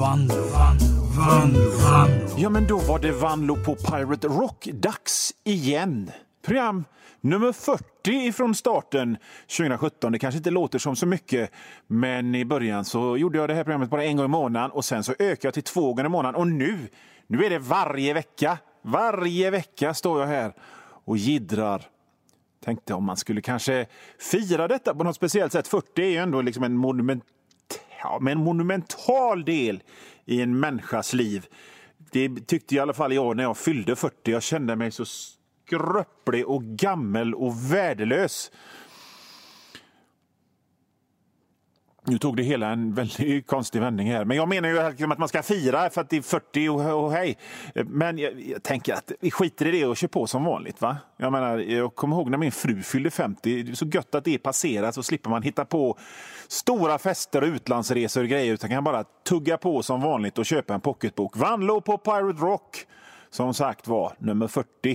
Ja, men då var det Vanlo på Pirate Rock. Dags igen. Program nummer 40 från starten 2017. Det kanske inte låter som så mycket, men i början så gjorde jag det här programmet bara en gång i månaden och sen så ökade jag till 2 gånger i månaden. Och nu är det varje vecka. Varje vecka står jag här och jiddrar. Tänkte om man skulle kanske fira detta på något speciellt sätt. 40 är ju ändå liksom en monumental del i en människas liv. Det tyckte i alla fall jag när jag fyllde 40. Jag kände mig så skröplig och gammel och värdelös. Nu tog det hela en väldigt konstig vändning här. Men jag menar ju att man ska fira för att det är 40 och hej. Men jag tänker att vi skiter i det och kör på som vanligt, va? Jag menar, jag kommer ihåg när min fru fyllde 50. Det är så gött att det är passerat, så slipper man hitta på stora fester och utlandsresor och grejer. Utan kan bara tugga på som vanligt och köpa en pocketbok. Vanlo på Pirate Rock. Som sagt var, nummer 40.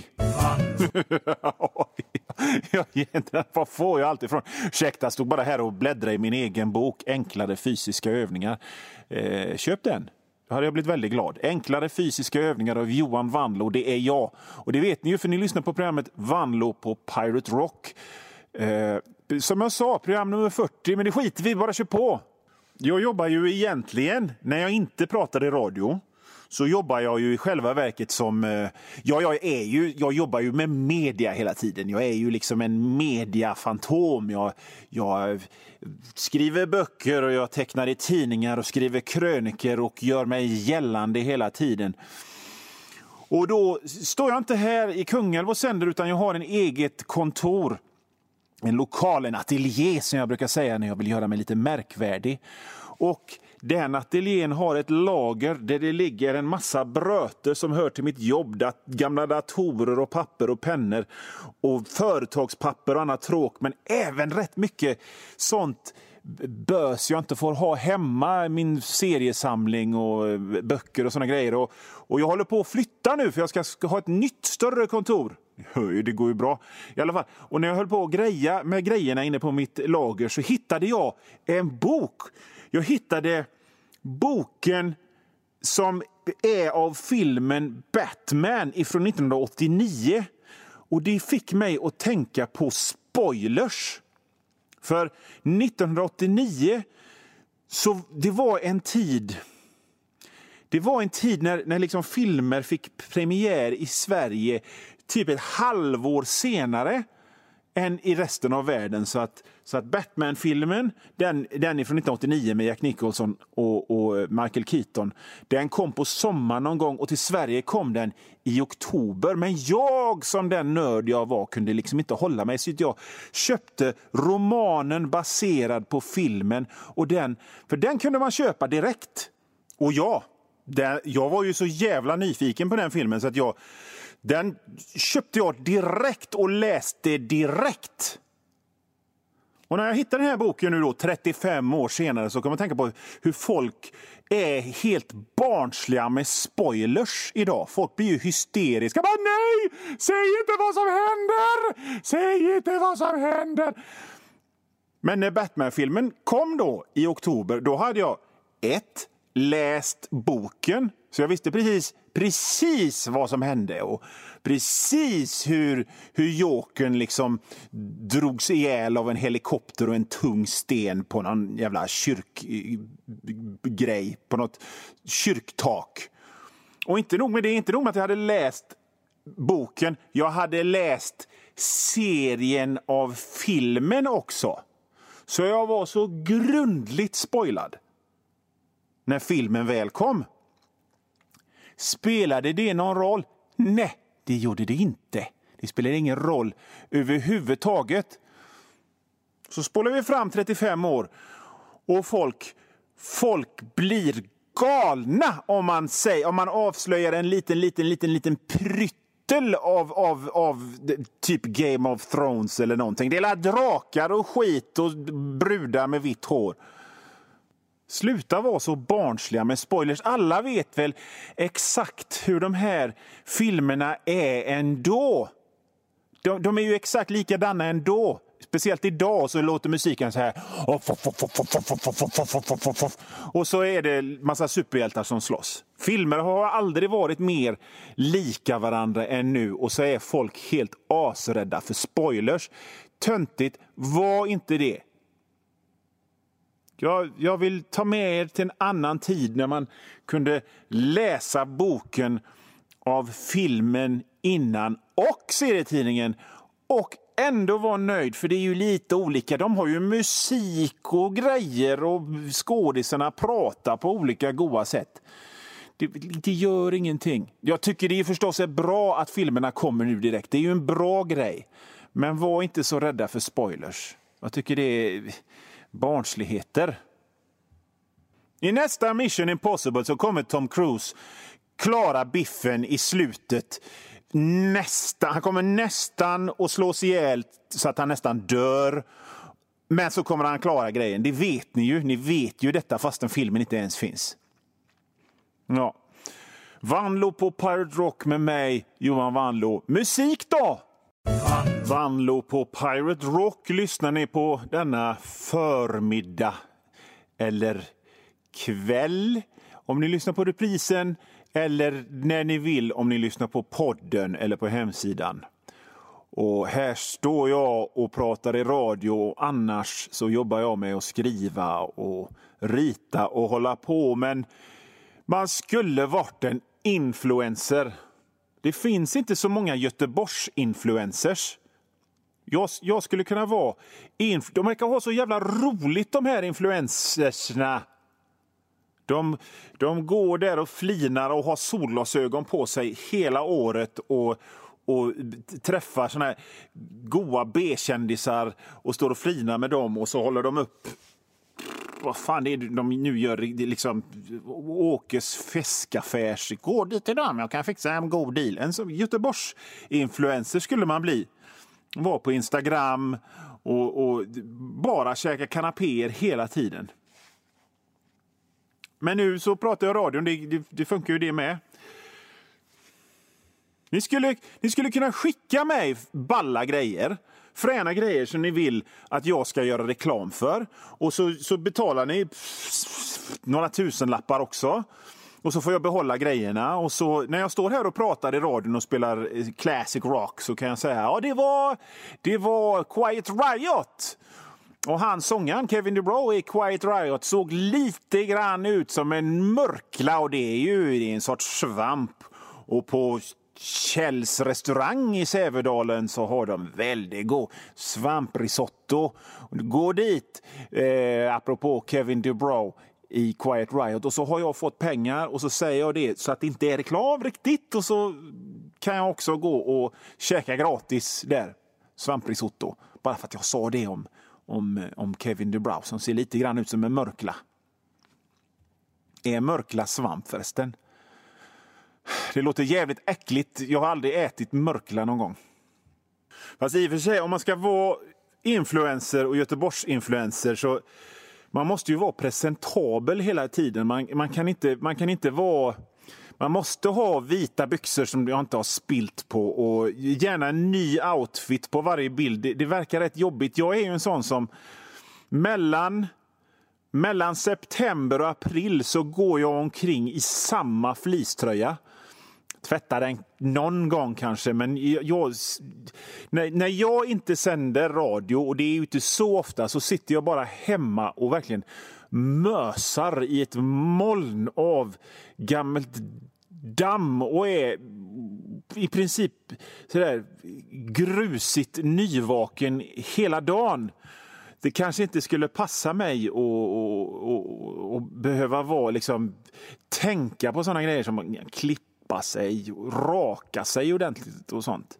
Vad får jag alltid från? Ursäkta, stod bara här och bläddrade i min egen bok. Enklare fysiska övningar. Köp den. Då hade jag blivit väldigt glad. Enklare fysiska övningar av Johan Vanlo. Det är jag. Och det vet ni ju för ni lyssnar på programmet Vanlo på Pirate Rock. Som jag sa, program nummer 40. Men det skiter vi, bara kör på. Jag jobbar ju egentligen, när jag inte pratar i radio, så jobbar jag ju i själva verket som... jag jobbar ju med media hela tiden. Jag är ju liksom en mediafantom. Jag skriver böcker och jag tecknar i tidningar och skriver kröniker och gör mig gällande hela tiden. Och då står jag inte här i Kungälv och sänder, utan jag har en eget kontor. En lokal, en ateljé som jag brukar säga när jag vill göra mig lite märkvärdig. Och den ateljén har ett lager där det ligger en massa bröter som hör till mitt jobb. Gamla datorer och papper och pennor och företagspapper och annat tråk. Men även rätt mycket sånt bös jag inte får ha hemma. Min seriesamling och böcker och såna grejer. Och jag håller på att flytta nu för jag ska ha ett nytt större kontor. Det går ju bra i alla fall. Och när jag höll på att greja med grejerna inne på mitt lager så hittade jag en bok. Jag hittade boken som är av filmen Batman ifrån 1989. Och det fick mig att tänka på spoilers. För 1989 så det var en tid när liksom filmer fick premiär i Sverige typ ett halvår senare än i resten av världen. Så att Batman-filmen, den är från 1989 med Jack Nicholson och Michael Keaton, den kom på sommaren någon gång och till Sverige kom den i oktober. Men jag som den nörd jag var kunde liksom inte hålla mig, så jag köpte romanen baserad på filmen. Och för den kunde man köpa direkt. Och jag var ju så jävla nyfiken på den filmen så att den köpte jag direkt och läste direkt. Och när jag hittade den här boken nu då 35 år senare så kan man tänka på hur folk är helt barnsliga med spoilers idag. Folk blir ju hysteriska. Bara, nej! Säg inte vad som händer! Säg inte vad som händer! Men när Batman-filmen kom då i oktober, då hade jag läst boken. Så jag visste precis vad som hände och precis hur Jokern liksom drogs ihjäl av en helikopter och en tung sten på någon jävla kyrkgrej, på något kyrktak. Och inte nog med det, inte nog med att jag hade läst boken, jag hade läst serien av filmen också. Så jag var så grundligt spoilad när filmen väl kom. Spelade det någon roll? Nej, det gjorde det inte. Det spelade ingen roll överhuvudtaget. Så spolar vi fram 35 år och folk blir galna om man avslöjar en liten pryttel av typ Game of Thrones eller någonting. Det är drakar och skit och brudar med vitt hår. Sluta vara så barnsliga med spoilers. Alla vet väl exakt hur de här filmerna är ändå. De är ju exakt likadana ändå. speciellt idag så låter musiken så här. Och så är det massa superhjältar som slåss. Filmer har aldrig varit mer lika varandra än nu. Och så är folk helt asrädda för spoilers. Töntigt, var inte det. Jag vill ta med er till en annan tid när man kunde läsa boken av filmen innan och serietidningen och ändå vara nöjd, för det är ju lite olika. De har ju musik och grejer och skådisarna pratar på olika goda sätt. Det gör ingenting. Jag tycker det är förstås bra att filmerna kommer nu direkt. Det är ju en bra grej. Men var inte så rädda för spoilers. Jag tycker det är barnsligheter. I nästa Mission Impossible så kommer Tom Cruise klara biffen i slutet. Han kommer nästan att slås ihjäl så att han nästan dör. Men så kommer han klara grejen. Det vet ni ju. Ni vet ju detta fastän filmen inte ens finns. Ja. Vanlo på Pirate Rock med mig, Johan Vanlo. Musik då! Vanlo på Pirate Rock lyssnar ni på denna förmiddag eller kväll om ni lyssnar på reprisen, eller när ni vill om ni lyssnar på podden eller på hemsidan. Och här står jag och pratar i radio, och annars så jobbar jag med att skriva och rita och hålla på. Men man skulle varit en influencer. Det finns inte så många Göteborgs-influencers. Jag skulle kunna vara... De verkar ha så jävla roligt, de här influencersna. De går där och flinar och har solglasögon på sig hela året och träffar såna här goa B-kändisar och står och flinar med dem, och så håller de upp... Vad fan är det de nu gör? Liksom Åkes fiskaffärs. Gå dit till dem, jag kan fixa en god deal. En som Göteborgs-influencer skulle man bli. Var på Instagram och bara käka kanapéer hela tiden. Men nu så pratar jag radion, det funkar ju det med. Ni skulle kunna skicka mig balla grejer, fräna grejer som ni vill att jag ska göra reklam för. Och så betalar ni några tusenlappar också. Och så får jag behålla grejerna. Och så när jag står här och pratar i radion och spelar classic rock så kan jag säga, ja, det var Quiet Riot. Och han sångaren Kevin DuBrow i Quiet Riot såg lite grann ut som en mörkla, och det är en sorts svamp. Och på Kjells restaurang i Sävedalen så har de väldigt god svamprisotto. Gå dit, apropå Kevin DuBrow i Quiet Riot, och så har jag fått pengar och så säger jag det så att det inte är reklam riktigt, och så kan jag också gå och käka gratis där, svamprisotto, bara för att jag sa det om Kevin DuBrow som ser lite grann ut som en mörkla. Är mörkla svamp förresten? Det låter jävligt äckligt. Jag har aldrig ätit mörkla någon gång. Fast i och för sig, om man ska vara influencer och Göteborgs-influencer så man måste ju vara presentabel hela tiden. Man kan inte vara... Man måste ha vita byxor som jag inte har spilt på, och gärna en ny outfit på varje bild. Det verkar rätt jobbigt. Jag är ju en sån som mellan september och april så går jag omkring i samma fleecetröja. Tvättar den någon gång kanske, men när jag inte sänder radio, och det är ju inte så ofta, så sitter jag bara hemma och verkligen mösar i ett moln av gammalt damm och är i princip sådär grusigt nyvaken hela dagen. Det kanske inte skulle passa mig och behöva vara liksom, tänka på sådana grejer som att klippa sig, raka sig ordentligt och sånt.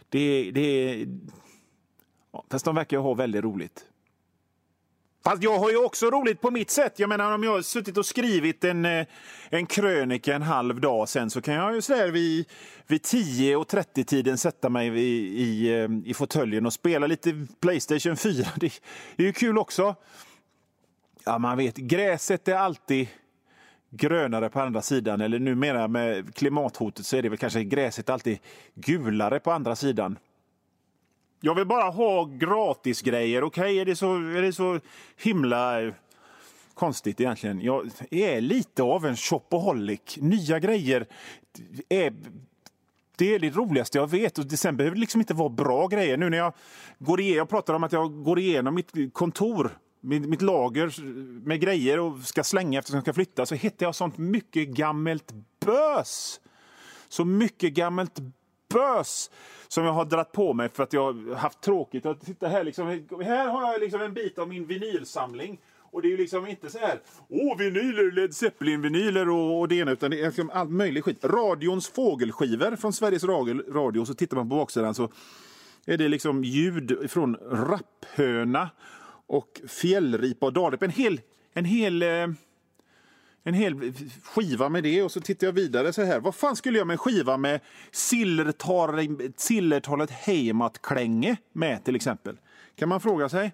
Fast de verkar ha väldigt roligt. Fast jag har ju också roligt på mitt sätt. Jag menar, om jag har suttit och skrivit en krönika en halv dag sen, så kan jag ju sådär vid 10:30-tiden sätta mig i fåtöljen och spela lite PlayStation 4. Det är ju kul också. Ja, man vet, gräset är alltid grönare på andra sidan. Eller numera med klimathotet så är det väl kanske gräset alltid gulare på andra sidan. Jag vill bara ha gratis grejer. Okej, är det så himla konstigt egentligen? Jag är lite av en shopaholic. Nya grejer det är det roligaste jag vet. Och sen behöver det liksom inte vara bra grejer. Nu när jag pratar om att jag går igenom mitt kontor, mitt lager med grejer och ska slänga eftersom jag ska flytta, så hittar jag sånt mycket gammalt bös. Så mycket gammalt bös som jag har dratt på mig för att jag har haft tråkigt. Att titta här, liksom, här har jag liksom en bit av min vinylsamling. Och det är ju liksom inte så här, vinyler, Led Zeppelin-vinyler och det ena, utan det är liksom allt möjligt skit. Radions fågelskivor från Sveriges Radio, så tittar man på baksidan så är det liksom ljud från rapphöna och fjällripa och dalrip. En hel skiva med det, och så tittar jag vidare så här. Vad fan skulle jag med en skiva med sillertalet Heimat-klänge med till exempel? Kan man fråga sig.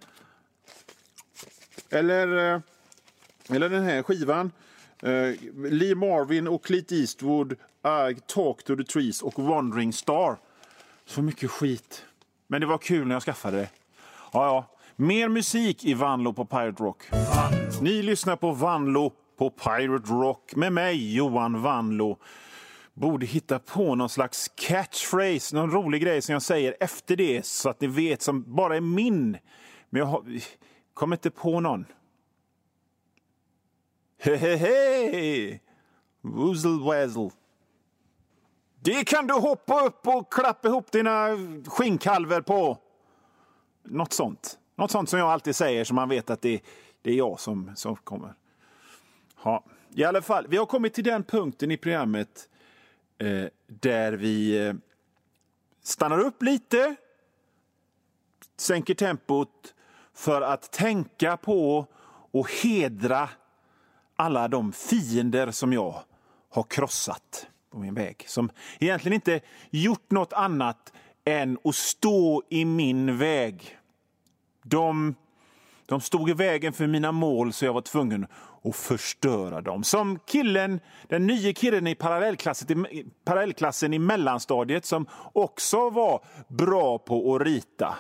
Eller den här skivan. Lee Marvin och Clint Eastwood, I Talk to the Trees och Wandering Star. Så mycket skit. Men det var kul när jag skaffade det. Ja. Mer musik i Vanlo på Pirate Rock. Ni lyssnar på Vanlo på Pirate Rock med mig, Johan Vanlo. Borde hitta på någon slags catchphrase, någon rolig grej som jag säger efter det, så att ni vet, som bara är min. Men jag kommer inte på någon. Hehehe! Woozle wazzle. Det kan du hoppa upp och klappa ihop dina skinnkalver på. Något sånt som jag alltid säger, så man vet att det är jag som kommer. Ja, i alla fall, vi har kommit till den punkten i programmet där vi stannar upp lite, sänker tempot för att tänka på och hedra alla de fiender som jag har krossat på min väg. Som egentligen inte gjort något annat än att stå i min väg. De stod i vägen för mina mål, så jag var tvungen att förstöra dem. Som den nya killen i parallellklassen i mellanstadiet, som också var bra på att rita.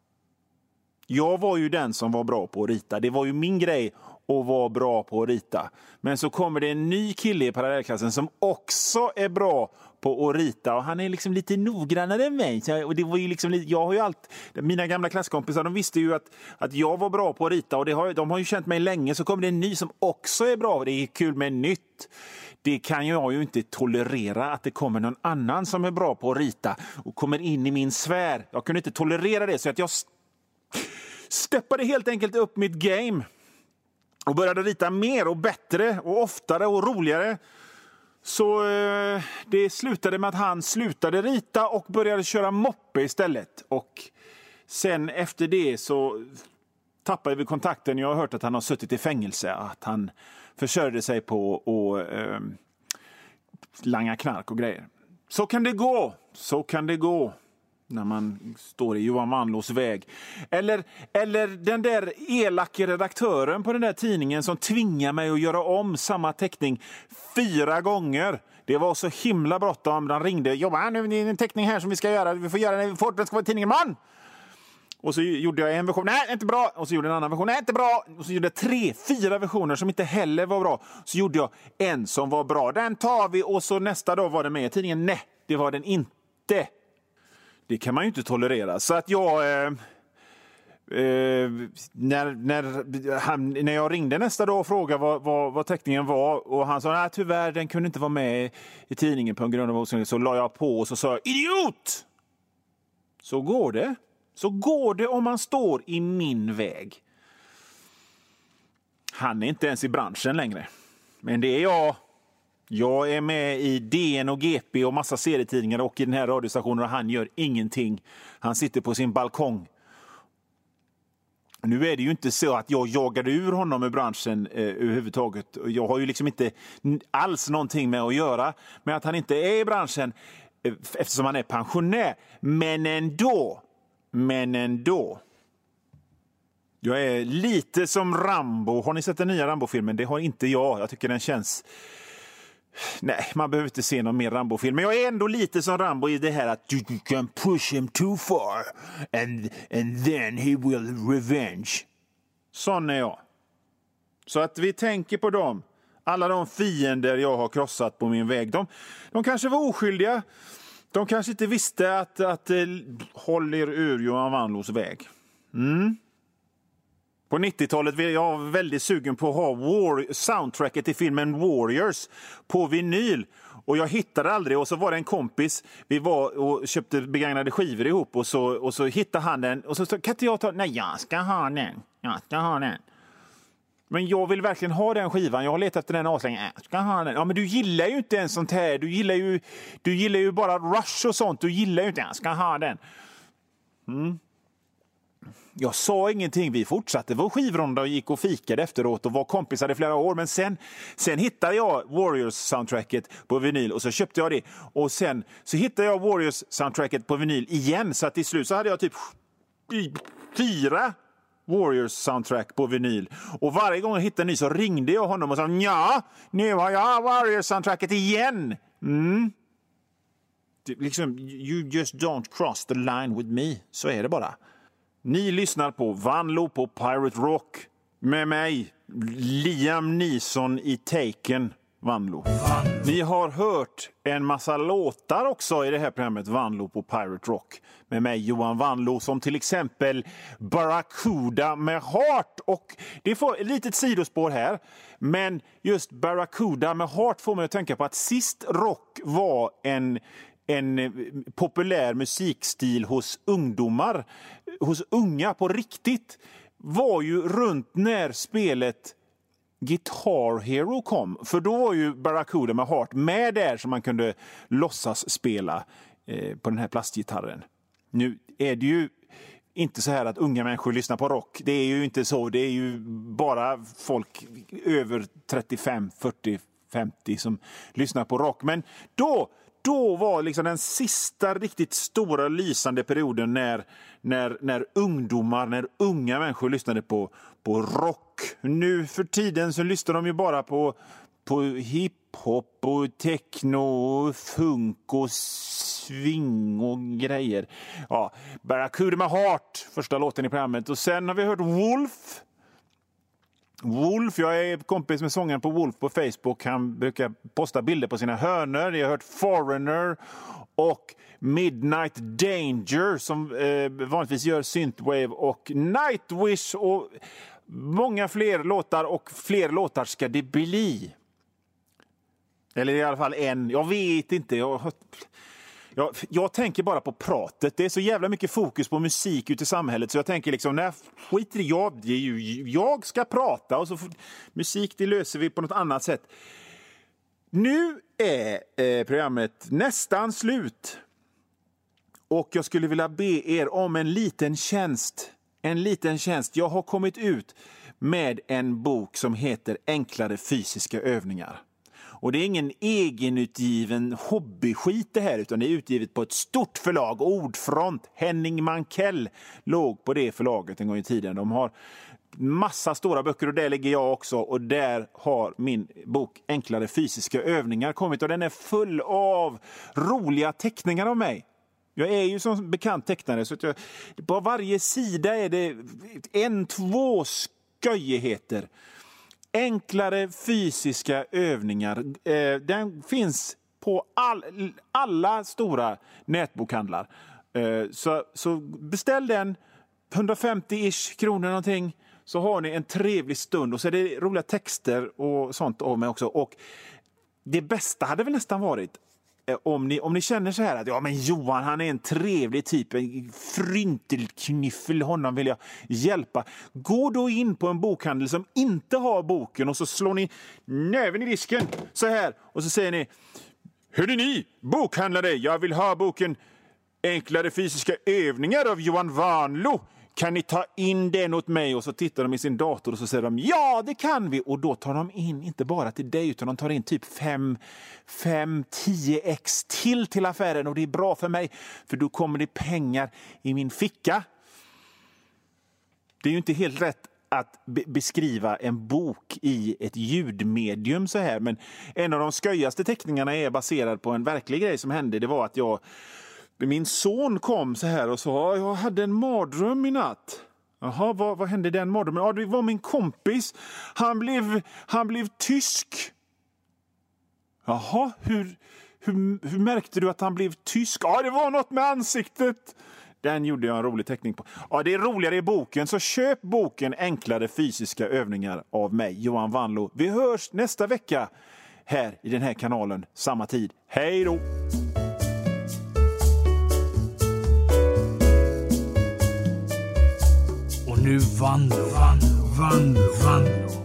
Jag var ju den som var bra på att rita. Det var ju min grej att vara bra på att rita. Men så kommer det en ny kille i parallellklassen som också är bra på att rita. Och han är liksom lite noggrannare än mig. Och det var ju liksom, jag har ju mina gamla klasskompisar, de visste ju att jag var bra på att rita. Och de har ju känt mig länge. Så kommer det en ny som också är bra. Det är kul med nytt. Det kan jag ju inte tolerera, att det kommer någon annan som är bra på att rita och kommer in i min sfär. Jag kunde inte tolerera det, så att jag steppade helt enkelt upp mitt game och började rita mer och bättre och oftare och roligare. Så det slutade med att han slutade rita och började köra moppe istället. Och sen efter det så tappade vi kontakten. Jag har hört att han har suttit i fängelse, att han försörjde sig på att langa knark och grejer. Så kan det gå när man står i Johan Vanlos väg. Eller den där elaka redaktören på den där tidningen som tvingar mig att göra om samma teckning 4 gånger. Det var så himla bråttom. De ringde. Johan, nu är det en teckning här som vi ska göra. Vi får göra den fort. Den ska vara i tidningen, man! Och så gjorde jag en version. Nej, inte bra. Och så gjorde jag en annan version. Nej, inte bra. Och så gjorde jag 3-4 versioner som inte heller var bra. Så gjorde jag en som var bra. Den tar vi. Och så nästa dag var den med i tidningen. Nej, det var den inte. Det kan man ju inte tolerera. Så att jag... när jag ringde nästa dag och frågade vad teckningen var, och han sa att tyvärr, den kunde inte vara med i tidningen på grund av osäkerhet, så la jag på och så sa jag, idiot! Så går det. Så går det om man står i min väg. Han är inte ens i branschen längre. Men det är jag. Jag är med i DN och GP och massa serietidningar och i den här radiostationen, och han gör ingenting. Han sitter på sin balkong. Nu är det ju inte så att jag jagade ur honom i branschen överhuvudtaget. Jag har ju liksom inte alls någonting med att göra med att han inte är i branschen eftersom han är pensionär. Men ändå. Jag är lite som Rambo. Har ni sett den nya Rambo-filmen? Det har inte jag. Jag tycker den känns Nej, man behöver inte se någon mer Rambo-film. Men jag är ändå lite som Rambo i det här att you can push him too far and then he will revenge. Sån är jag. Så att vi tänker på dem. Alla de fiender jag har krossat på min väg. De kanske var oskyldiga. De kanske inte visste att håll er ur Johan Wanlås väg. På 90-talet var jag väldigt sugen på att ha soundtracket till filmen Warriors på vinyl. Och jag hittade aldrig, och så var det en kompis, vi var och köpte begagnade skivor ihop och så hittade han den och så kan inte jag ta, nej jag ska ha den. Men jag vill verkligen ha den skivan, jag har letat efter den aslänge, jag ska ha den. Ja men du gillar ju inte en sånt här, du gillar ju bara Rush och sånt, du gillar ju inte, jag ska ha den. Jag sa ingenting, vi fortsatte vår skivrunda och gick och fikade efteråt och var kompisar i flera år. Men sen hittade jag Warriors-soundtracket på vinyl och så köpte jag det. Och sen så hittade jag Warriors-soundtracket på vinyl igen. Så att till slut så hade jag typ 4 Warriors-soundtrack på vinyl. Och varje gång jag hittade en ny så ringde jag honom och sa ja, nu har jag Warriors-soundtracket igen. Liksom, you just don't cross the line with me. Så är det bara. Ni lyssnar på Wanlo på Pirate Rock med mig, Liam Neeson i Taken, Wanlo. Ni har hört en massa låtar också i det här programmet Wanlo på Pirate Rock med mig, Johan Wanlo, som till exempel Barracuda med Heart. Och det får ett litet sidospår här, men just Barracuda med Heart får mig att tänka på att sist rock var en populär musikstil hos ungdomar, hos unga på riktigt, var ju runt när spelet Guitar Hero kom. För då var ju Barracuda med Heart med där som man kunde låtsas spela på den här plastgitarren. Nu är det ju inte så här att unga människor lyssnar på rock. Det är ju inte så. Det är ju bara folk över 35, 40, 50 som lyssnar på rock. Men då var liksom den sista riktigt stora lysande perioden när unga människor lyssnade på rock. Nu för tiden så lyssnar de ju bara på hiphop och techno, funk och swing och grejer. Ja, Barracuda med Heart, första låten i programmet. Och sen har vi hört Wolf, jag är kompis med sångaren på Wolf på Facebook. Han brukar posta bilder på sina hönor. Jag har hört Foreigner och Midnight Danger som vanligtvis gör synthwave och Nightwish och många fler låtar, och fler låtar ska det bli. Eller i alla fall en, jag vet inte. Jag tänker bara på pratet. Det är så jävla mycket fokus på musik ute i samhället. Så jag tänker liksom, nej, skit i jag ska prata. Och så musik, det löser vi på något annat sätt. Nu är programmet nästan slut. Och jag skulle vilja be er om en liten tjänst. Jag har kommit ut med en bok som heter Enklare fysiska övningar. Och det är ingen egenutgiven hobbyskit det här, utan det är utgivet på ett stort förlag, Ordfront. Henning Mankell låg på det förlaget en gång i tiden. De har massa stora böcker och där ligger jag också. Och där har min bok Enklare fysiska övningar kommit, och den är full av roliga teckningar av mig. Jag är ju som bekant tecknare, så att på varje sida är det 1-2 sköjigheter. Enklare fysiska övningar. Den finns på alla stora nätbokhandlar. Så beställ den, 150-ish kronor någonting, så har ni en trevlig stund. Och så är det roliga texter och sånt av mig också. Och det bästa hade väl nästan varit om ni känner så här att ja, men Johan, han är en trevlig typ, en fryntelknyffel, honom vill jag hjälpa. Gå då in på en bokhandel som inte har boken och så slår ni näven i disken så här och så säger ni: hörde ni, bokhandlare, jag vill ha boken Enklare fysiska övningar av Johan Wanlo. Kan ni ta in den åt mig? Och så tittar de i sin dator och så säger de ja, det kan vi. Och då tar de in inte bara till dig, utan de tar in typ 5-10x till affären. Och det är bra för mig, för då kommer det pengar i min ficka. Det är ju inte helt rätt att beskriva en bok i ett ljudmedium så här. Men en av de sköjaste teckningarna är baserad på en verklig grej som hände. Det var att min son kom så här och sa: jag hade en mardröm i natt. Jaha, vad hände i den mardrömmen? Ja, det var min kompis. Han blev tysk. Jaha, hur märkte du att han blev tysk? Ja, det var något med ansiktet. Den gjorde jag en rolig teckning på. Ja, det är roligare i boken, så köp boken Enklare fysiska övningar av mig, Johan Vanlo. Vi hörs nästa vecka här i den här kanalen, samma tid. Hej då! Och nu Vanlo.